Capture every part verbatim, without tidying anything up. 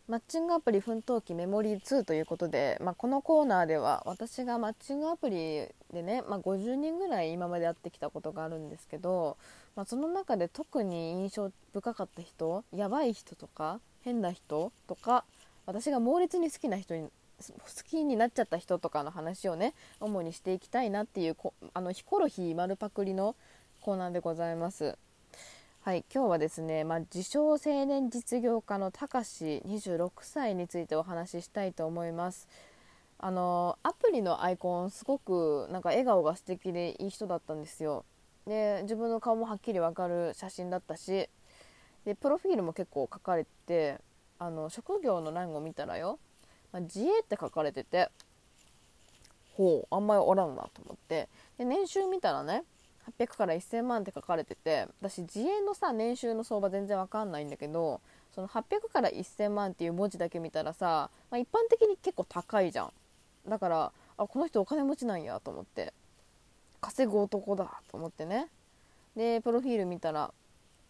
マッチングアプリ奮闘記メモリーツーということで、まあ、このコーナーでは私がマッチングアプリでね、まあ、ごじゅうにんぐらい今まで会ってきたことがあるんですけど、まあ、その中で特に印象深かった人、やばい人とか変な人とか、私が猛烈に好きな人に好きになっちゃった人とかの話をね主にしていきたいなっていうこあのヒコロヒー丸パクリのコーナーでございます。はい、今日はですね、まあ、自称青年実業家のたかしにじゅうろくさいについてお話ししたいと思います。あのアプリのアイコンすごくなんか笑顔が素敵でいい人だったんですよ。で、自分の顔もはっきりわかる写真だったし、でプロフィールも結構書かれてて、あの職業の欄を見たらよ、まあ、自営って書かれてて、ほうあんまりおらんなと思って、で年収見たらねはっぴゃくからせんまんって書かれてて、私自営のさ年収の相場全然わかんないんだけど、そのはっぴゃくからせんまんっていう文字だけ見たらさ、まあ、一般的に結構高いじゃん。だからあこの人お金持ちなんやと思って、稼ぐ男だと思ってね。でプロフィール見たら、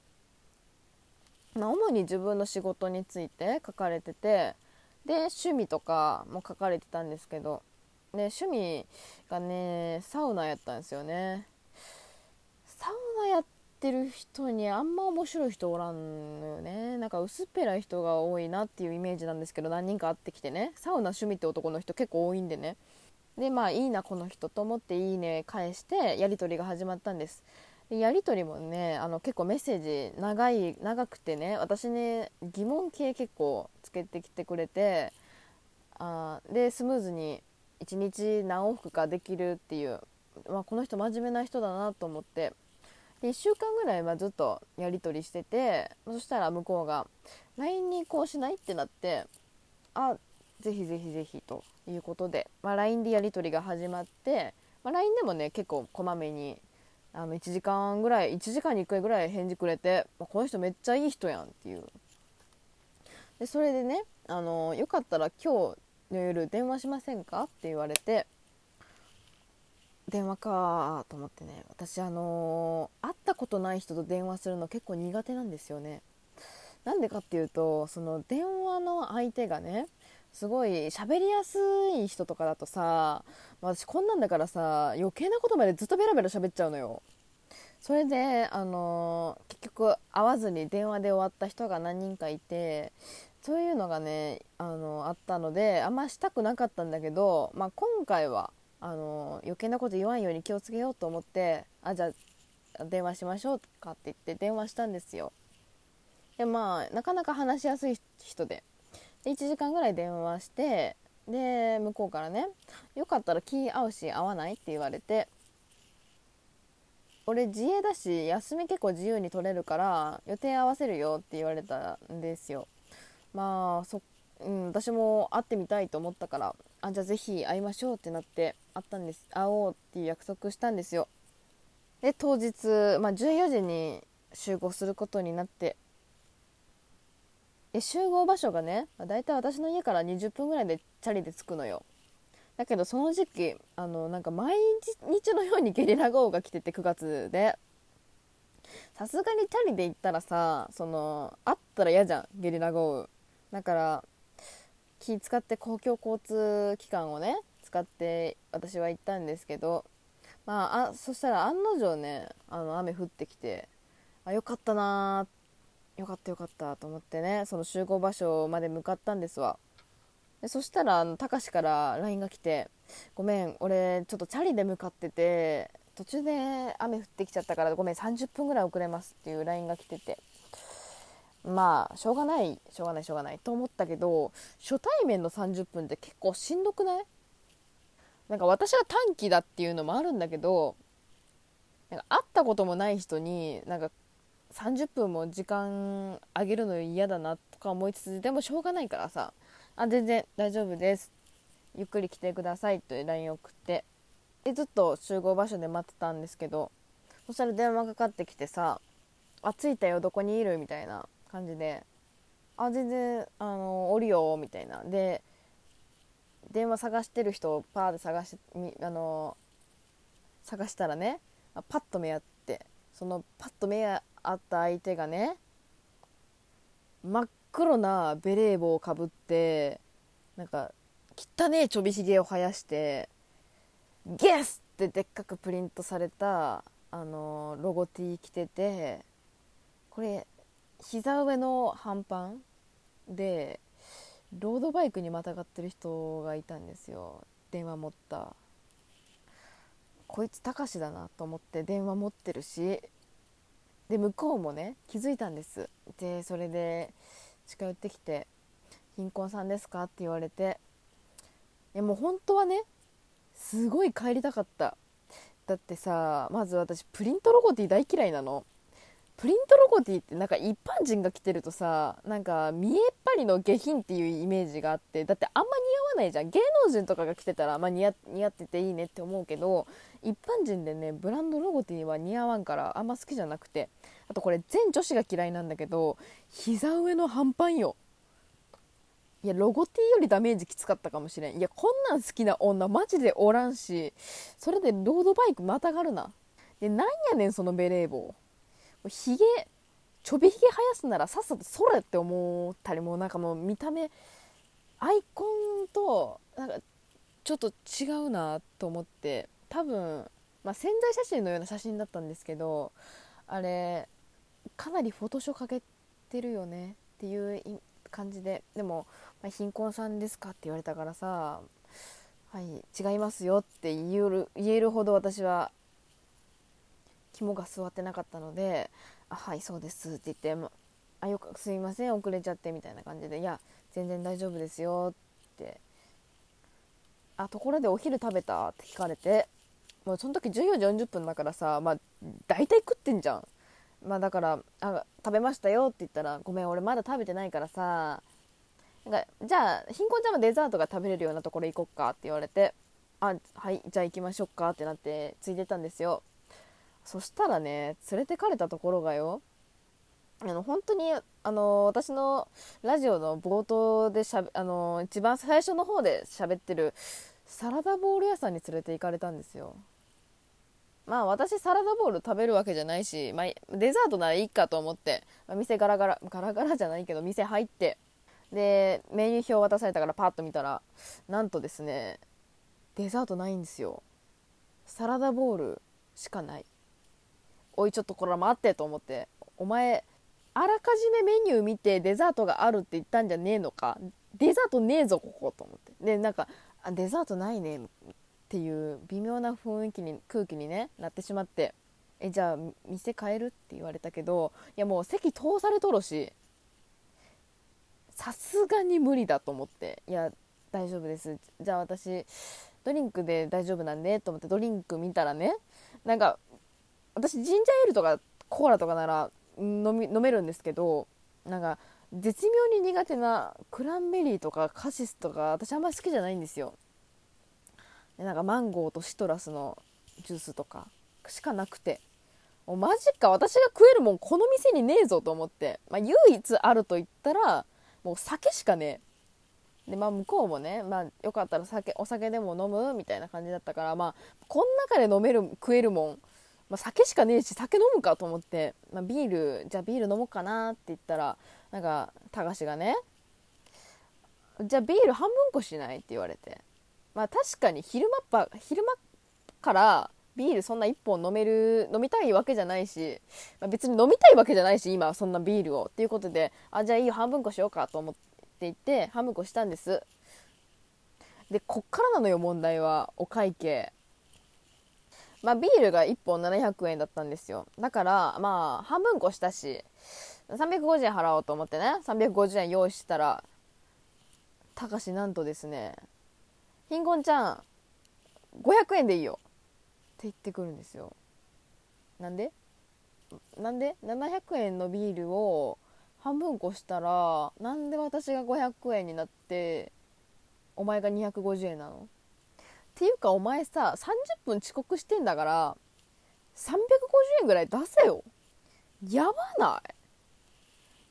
まあ、主に自分の仕事について書かれてて、で趣味とかも書かれてたんですけど、ね、趣味がねサウナやったんですよね。サウナやってる人にあんま面白い人おらんのよね。なんか薄っぺらい人が多いなっていうイメージなんですけど、何人か会ってきてね、サウナ趣味って男の人結構多いんでね。でまあいいなこの人と思っていいね返してやり取りが始まったんです。でやり取りもね、あの結構メッセージ長い長くてね、私ね疑問形結構つけてきてくれて、あでスムーズにいちにち何往復かできるっていう、まあ、この人真面目な人だなと思って、でいっしゅうかんぐらいはずっとやり取りしてて、そしたら向こうが ライン に移行しないってなって、あぜひぜひぜひということで、まあ、ライン でやり取りが始まって、まあ、ライン でもね結構こまめにあのいちじかんぐらいいちじかんにいっかいぐらい返事くれて、まあ、この人めっちゃいい人やんっていう。でそれでね、あのよかったら今日の夜電話しませんかって言われて、電話かと思ってね、私あのー会ったことない人と電話するの結構苦手なんですよね。なんでかっていうと、その電話の相手がねすごい喋りやすい人とかだとさ、私こんなんだからさ余計なことまでずっとベラベラ喋っちゃうのよ。それであのー結局会わずに電話で終わった人が何人かいて、そういうのがねあのあったのであんましたくなかったんだけど、まあ、今回はあの余計なこと言わんように気をつけようと思って、あじゃあ電話しましょうかって言って電話したんですよ。でまあなかなか話しやすい人で、でいちじかんぐらい電話して、で向こうからね、よかったら気合うし合わないって言われて、俺自営だし休み結構自由に取れるから予定合わせるよって言われたんですよ。まあそ、うん、私も会ってみたいと思ったから、あじゃあぜひ会いましょうってなって会ったんです。会おうっていう約束したんですよ。で当日、まあ、じゅうよじに集合することになって、で集合場所がねだいたい私の家からにじゅっぷんぐらいでチャリで着くのよ。だけどその時期あのなんか毎日のようにゲリラ豪雨が来てて、くがつでさすがにチャリで行ったらさ、そのあったら嫌じゃんゲリラ豪雨だから、気使って公共交通機関をね使って私は行ったんですけど、まあ、あそしたら案の定ねあの雨降ってきて、あよかったなよかったよかったと思ってね、その集合場所まで向かったんですわ。でそしたらあのたかしから ライン が来て、ごめん俺ちょっとチャリで向かってて途中で雨降ってきちゃったからごめんさんじゅっぷんぐらい遅れますっていう ライン が来てて、まあしょうがないしょうがないしょうがないと思ったけど、初対面のさんじゅっぷんって結構しんどくない？なんか私は短期だっていうのもあるんだけど、なんか会ったこともない人になんかさんじゅっぷんも時間あげるの嫌だなとか思いつつ、でもしょうがないからさ、あ全然大丈夫ですゆっくり来てくださいと ライン 送って、でずっと集合場所で待ってたんですけど、そしたら電話かかってきてさ、あ着いたよどこにいるみたいな感じで、あ全然あの降りようみたいなで、電話探してる人をパーで探しあの探したらね、パッと目合って、そのパッと目合った相手がね真っ黒なベレー帽をかぶって、なんか汚ねえちょびひげを生やして、ゲスってでっかくプリントされたあのロゴ T 着てて、これ膝上の半パンでロードバイクにまたがってる人がいたんですよ。電話持った。こいつたかしだなと思って電話持ってるし、で向こうもね気づいたんです。でそれで近寄ってきて、貧困さんですかって言われて、いやもう本当はねすごい帰りたかった。だってさ、まず私プリントロゴティ大嫌いなの。プリントロゴティってなんか一般人が着てるとさ、なんか見えっ張りの下品っていうイメージがあって、だってあんま似合わないじゃん。芸能人とかが着てたら、まあ、似合、似合ってていいねって思うけど、一般人でねブランドロゴティは似合わんからあんま好きじゃなくて、あとこれ全女子が嫌いなんだけど、膝上の半パンよ。いやロゴ T よりダメージきつかったかもしれん。いやこんなん好きな女マジでおらんし、それでロードバイクまたがるな。でなんやねんそのベレー帽、ひげちょびひげ生やすならさっさとそれって思ったり、もうなんかもう見た目アイコンとなんかちょっと違うなと思って、多分、まあ、宣材写真のような写真だったんですけど、あれかなりフォトショーかけてるよねっていう感じで、でも、まあ、貧困さんですかって言われたからさ、はい違いますよって言える、言えるほど私は肝が据わってなかったので、あはいそうですって言って、あよくすいません遅れちゃってみたいな感じで、いや全然大丈夫ですよって、あところでお昼食べたって聞かれて、もうその時じゅうよじよんじゅっぷんだからさ、まあ大体食ってんじゃん。まあだからあ食べましたよって言ったら、ごめん俺まだ食べてないからさ、なんかじゃあ貧困ちゃんはデザートが食べれるようなところ行こっかって言われて、あはいじゃあ行きましょうかってなってついてったんですよ。そしたらね連れてかれたところがよ、あの本当にあの私のラジオの冒頭でしゃべあの一番最初の方で喋ってるサラダボール屋さんに連れて行かれたんですよ。まあ私サラダボール食べるわけじゃないし、まあ、デザートならいいかと思って、まあ、店ガラガラガラガラじゃないけど店入って、でメニュー表渡されたからパッと見たら、なんとですねデザートないんですよ。サラダボールしかない。おいちょっとこれ待ってと思って、お前あらかじめメニュー見てデザートがあるって言ったんじゃねえのか、デザートねえぞここと思って、でなんかあデザートないねっていう微妙な雰囲気に空気に、ね、なってしまって、えじゃあ店変えるって言われたけど、いやもう席通されとるしさすがに無理だと思って、いや大丈夫です、じゃあ私ドリンクで大丈夫なんでと思ってドリンク見たらね、なんか私ジンジャーエールとかコーラとかなら飲み飲めるんですけど、なんか絶妙に苦手なクランベリーとかカシスとか私あんまり好きじゃないんですよ。でなんかマンゴーとシトラスのジュースとかしかなくて、もうマジか私が食えるもんこの店にねえぞと思って、まあ、唯一あると言ったらもう酒しかねえで、まあ、向こうもね、まあ、よかったら酒お酒でも飲むみたいな感じだったから、まあ、この中で飲める食えるもん、まあ、酒しかねえし酒飲むかと思って、まあ、ビールじゃあビール飲もうかなって言ったら、なんかたかしがね、じゃあビール半分こしないって言われて、まあ確かに昼間っぱ昼間からビールそんないっぽん飲める飲みたいわけじゃないし、まあ、別に飲みたいわけじゃないし今そんなビールをっていうことで、あじゃあいいよ半分こしようかと思って言って半分こしたんです。でこっからなのよ問題は、お会計。まあビールがいっぽんななひゃくえんだったんですよ。だからまあ半分こしたしさんびゃくごじゅうえん払おうと思ってねさんびゃくごじゅうえん用意したら、たかしなんとですね、貧困ちゃんごひゃくえんでいいよって言ってくるんですよ。なんでなんでななひゃくえんのビールを半分こしたらなんで私がごひゃくえんになってお前がにひゃくごじゅうえんなのっていうか、お前ささんじゅっぷん遅刻してんだからさんびゃくごじゅうえんぐらい出せよ。やばない？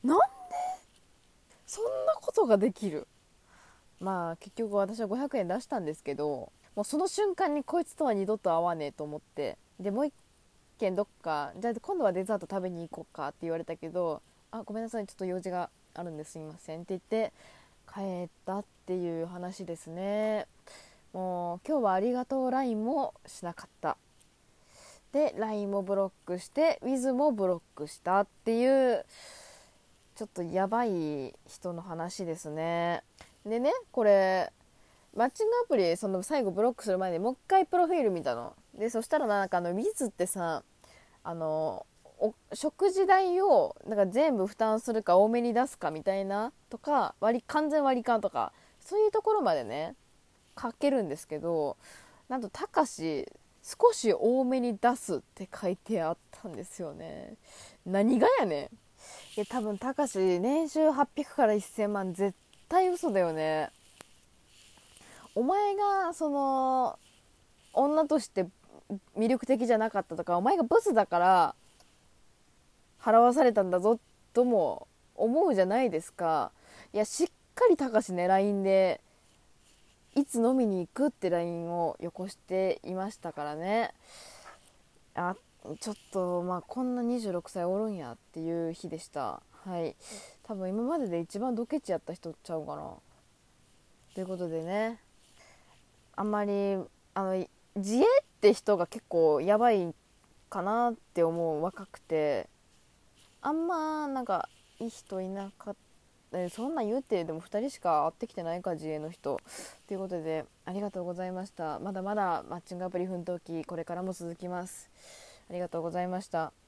なんでそんなことができる？まあ結局私はごひゃくえん出したんですけど、もうその瞬間にこいつとは二度と会わねえと思って、でもう一軒どっかじゃあ今度はデザート食べに行こうかって言われたけど、あごめんなさいちょっと用事があるんですいませんって言って帰ったっていう話ですね。もう今日はありがとう ライン もしなかったで ライン もブロックして ウィズ もブロックしたっていうちょっとやばい人の話ですね。でねこれマッチングアプリその最後ブロックする前にもう一回プロフィール見たので、そしたらなんかあのウィズってさあのお食事代をなんか全部負担するか多めに出すかみたいなとか割完全割り勘とかそういうところまでね書けるんですけど、なんとたかし少し多めに出すって書いてあったんですよね。何がやねん。いや多分たかし年収はっぴゃくからせんまん絶対嘘だよね。お前がその女として魅力的じゃなかったとかお前がブスだから払わされたんだぞとも思うじゃないですか。いやしっかりたかしね ライン でいつ飲みに行くって ライン をよこしていましたからね。あちょっとまあこんなにじゅうろくさいおるんやっていう日でした。はい、多分今までで一番ドケチやった人ちゃうかなということでね、あんまりあの自衛って人が結構やばいかなって思う。若くてあんまなんかいい人いなかった。そんなん言うてでもふたりしか会ってきてないか自衛の人ということでありがとうございました。まだまだマッチングアプリ奮闘記これからも続きます。ありがとうございました。